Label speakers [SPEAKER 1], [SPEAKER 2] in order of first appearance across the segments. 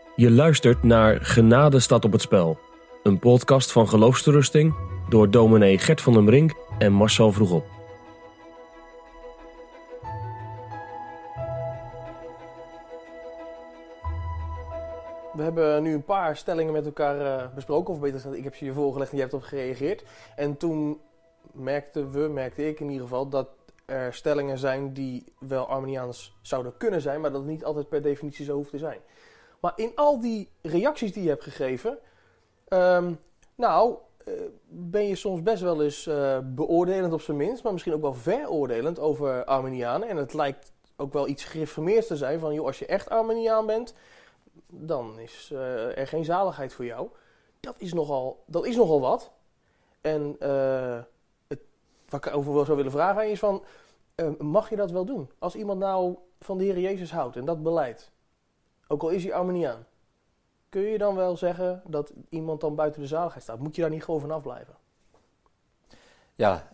[SPEAKER 1] Je luistert naar Genade staat op het spel. Een podcast van Geloofsterusting door dominee Gert van den Brink en Marcel Vroegop.
[SPEAKER 2] We hebben nu een paar stellingen met elkaar besproken, of beter gezegd, ik heb ze je voorgelegd en jij hebt op gereageerd. En toen merkte ik in ieder geval, dat er stellingen zijn die wel Arminiaans zouden kunnen zijn, maar dat het niet altijd per definitie zo hoeft te zijn. Maar in al die reacties die je hebt gegeven, ben je soms best wel eens beoordelend op zijn minst, maar misschien ook wel veroordelend over Arminianen. En het lijkt ook wel iets gereformeerds te zijn van, joh, als je echt Arminiaan bent, dan is er geen zaligheid voor jou. Dat is nogal wat. En wat ik over zou willen vragen aan je is van, mag je dat wel doen? Als iemand nou van de Heer Jezus houdt en dat beleidt, ook al is hij Arminiaan, kun je dan wel zeggen dat iemand dan buiten de zaligheid staat? Moet je daar niet gewoon vanaf blijven?
[SPEAKER 3] Ja,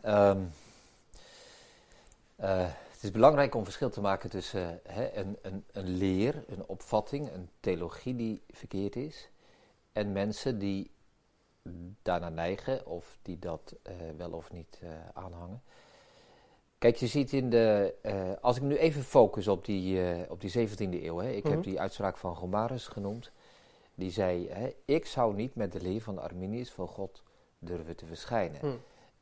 [SPEAKER 3] het is belangrijk om verschil te maken tussen een leer, een opvatting, een theologie die verkeerd is, en mensen die daarna neigen of die dat wel of niet aanhangen. Kijk, je ziet als ik nu even focus op die 17e eeuw, ik heb die uitspraak van Gomarus genoemd, die zei, ik zou niet met de leer van Arminius voor God durven te verschijnen.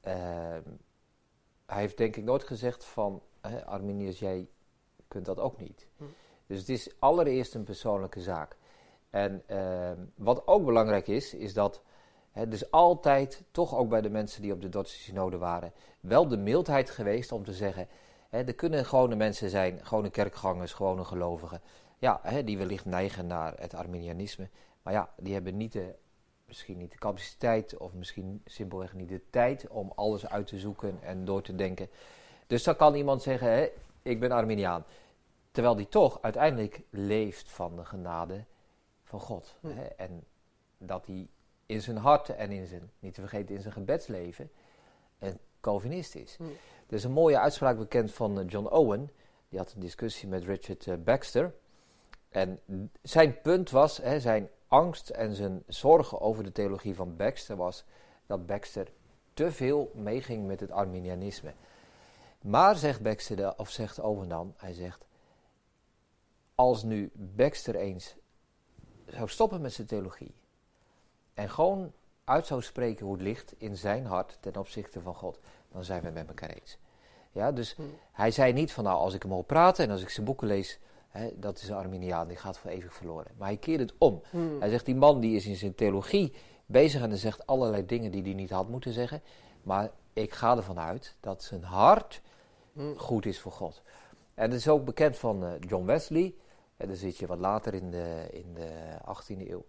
[SPEAKER 3] Hij heeft denk ik nooit gezegd van, Arminius, jij kunt dat ook niet. Dus het is allereerst een persoonlijke zaak. En wat ook belangrijk is dat dus altijd, toch ook bij de mensen die op de Dordtse synode waren, wel de mildheid geweest om te zeggen, er kunnen gewone mensen zijn, gewone kerkgangers, gewone gelovigen, ja, die wellicht neigen naar het Arminianisme, maar ja, die hebben misschien niet de capaciteit of misschien simpelweg niet de tijd om alles uit te zoeken en door te denken. Dus dan kan iemand zeggen, ik ben Arminiaan, terwijl die toch uiteindelijk leeft van de genade van God. En dat hij in zijn hart en niet te vergeten in zijn gebedsleven, een Calvinist is. Er is een mooie uitspraak bekend van John Owen, die had een discussie met Richard Baxter. En zijn punt was, zijn angst en zijn zorgen over de theologie van Baxter was, dat Baxter te veel meeging met het Arminianisme. Maar, zegt Owen dan, hij zegt, als nu Baxter eens zou stoppen met zijn theologie en gewoon uit zou spreken hoe het ligt in zijn hart ten opzichte van God, dan zijn we het met elkaar eens. Ja, dus hij zei niet van, nou, als ik hem hoor praten en als ik zijn boeken lees, dat is een Arminiaan, die gaat voor eeuwig verloren. Maar hij keert het om. Hij zegt, die man die is in zijn theologie bezig en hij zegt allerlei dingen die hij niet had moeten zeggen, maar ik ga ervan uit dat zijn hart goed is voor God. En het is ook bekend van John Wesley, dan zit je wat later in de 18e eeuw.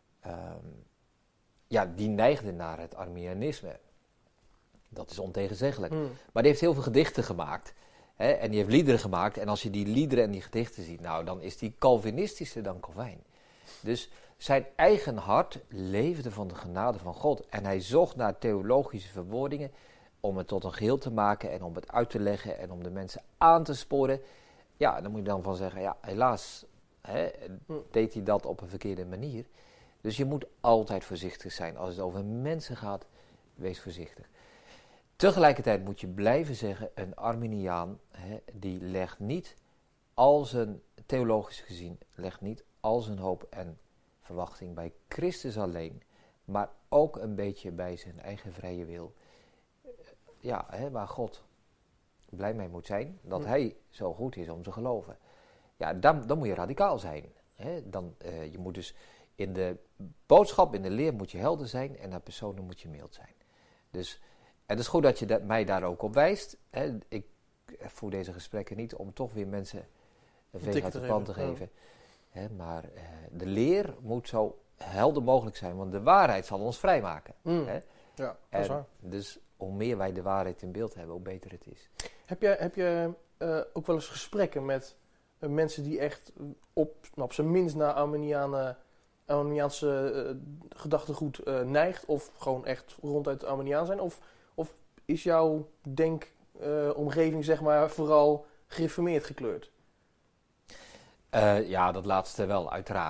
[SPEAKER 3] Die neigde naar het Arminianisme. Dat is ontegenzeggelijk. Maar die heeft heel veel gedichten gemaakt. En die heeft liederen gemaakt. En als je die liederen en die gedichten ziet, nou, dan is die Calvinistischer dan Calvijn. Dus zijn eigen hart leefde van de genade van God. En hij zocht naar theologische verwoordingen om het tot een geheel te maken en om het uit te leggen en om de mensen aan te sporen. Ja, dan moet je dan van zeggen, ja, helaas deed hij dat op een verkeerde manier. Dus je moet altijd voorzichtig zijn. Als het over mensen gaat, wees voorzichtig. Tegelijkertijd moet je blijven zeggen, een Arminiaan, die legt niet al zijn, theologisch gezien, legt niet al zijn hoop en verwachting bij Christus alleen, maar ook een beetje bij zijn eigen vrije wil. Waar God blij mee moet zijn, dat hij zo goed is om te geloven. Ja, dan moet je radicaal zijn. Je moet dus in de boodschap, in de leer moet je helder zijn en naar personen moet je mild zijn. Dus, en het is goed dat je mij daar ook op wijst. Ik voer deze gesprekken niet om toch weer mensen een veeg uit de pan te geven. Maar de leer moet zo helder mogelijk zijn, want de waarheid zal ons vrijmaken.
[SPEAKER 2] Ja, dat is waar.
[SPEAKER 3] Dus hoe meer wij de waarheid in beeld hebben, hoe beter het is.
[SPEAKER 2] Heb je ook wel eens gesprekken met mensen die echt op zijn minst naar Arminiaanse gedachtegoed neigt, of gewoon echt ronduit Arminiaan zijn? Of is jouw denkomgeving zeg maar vooral gereformeerd gekleurd?
[SPEAKER 3] Ja, dat laatste wel, uiteraard.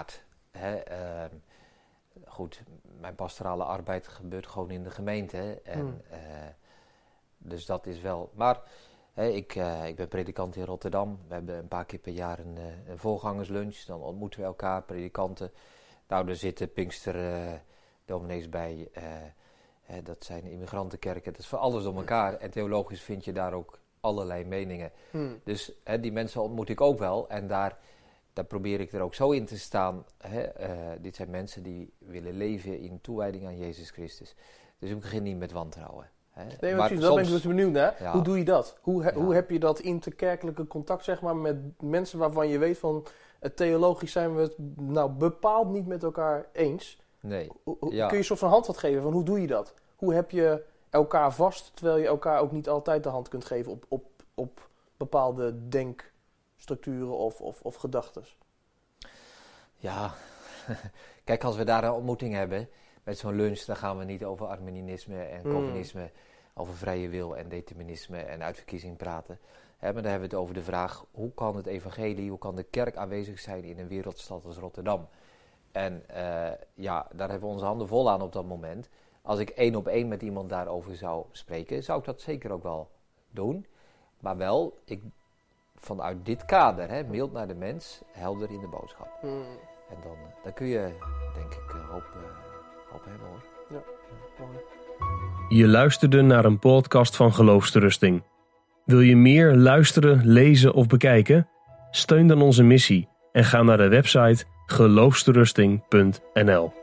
[SPEAKER 3] Goed, mijn pastorale arbeid gebeurt gewoon in de gemeente. En, dus dat is wel... Maar ik ben predikant in Rotterdam. We hebben een paar keer per jaar een voorgangerslunch. Dan ontmoeten we elkaar, predikanten. Nou, er zitten Pinkster-dominees bij. Dat zijn immigrantenkerken. Dat is voor alles door elkaar. En theologisch vind je daar ook allerlei meningen. Dus die mensen ontmoet ik ook wel. En daar probeer ik er ook zo in te staan. Dit zijn mensen die willen leven in toewijding aan Jezus Christus. Dus ik begin niet met wantrouwen.
[SPEAKER 2] Nee, maar precies, daar ben ik dus benieuwd naar. Ja. Hoe doe je dat? Hoe heb je dat interkerkelijke contact, zeg maar, met mensen waarvan je weet van... theologisch zijn we het nou bepaald niet met elkaar eens.
[SPEAKER 3] Nee.
[SPEAKER 2] Kun je een soort van handvat geven van hoe doe je dat? Hoe heb je elkaar vast, terwijl je elkaar ook niet altijd de hand kunt geven op bepaalde denkstructuren of gedachten?
[SPEAKER 3] Ja, kijk, als we daar een ontmoeting hebben met zo'n lunch, dan gaan we niet over Arminianisme en Calvinisme, over vrije wil en determinisme en uitverkiezing praten. Maar dan hebben we het over de vraag, hoe kan het evangelie, hoe kan de kerk aanwezig zijn in een wereldstad als Rotterdam? En daar hebben we onze handen vol aan op dat moment. Als ik 1-op-1 met iemand daarover zou spreken, zou ik dat zeker ook wel doen. Maar wel, vanuit dit kader, mild naar de mens, helder in de boodschap. En dan kun je, denk ik, hoop hebben, hoor.
[SPEAKER 2] Ja, mooi.
[SPEAKER 1] Je luisterde naar een podcast van Geloofsterusting. Wil je meer luisteren, lezen of bekijken? Steun dan onze missie en ga naar de website geloofsterusting.nl.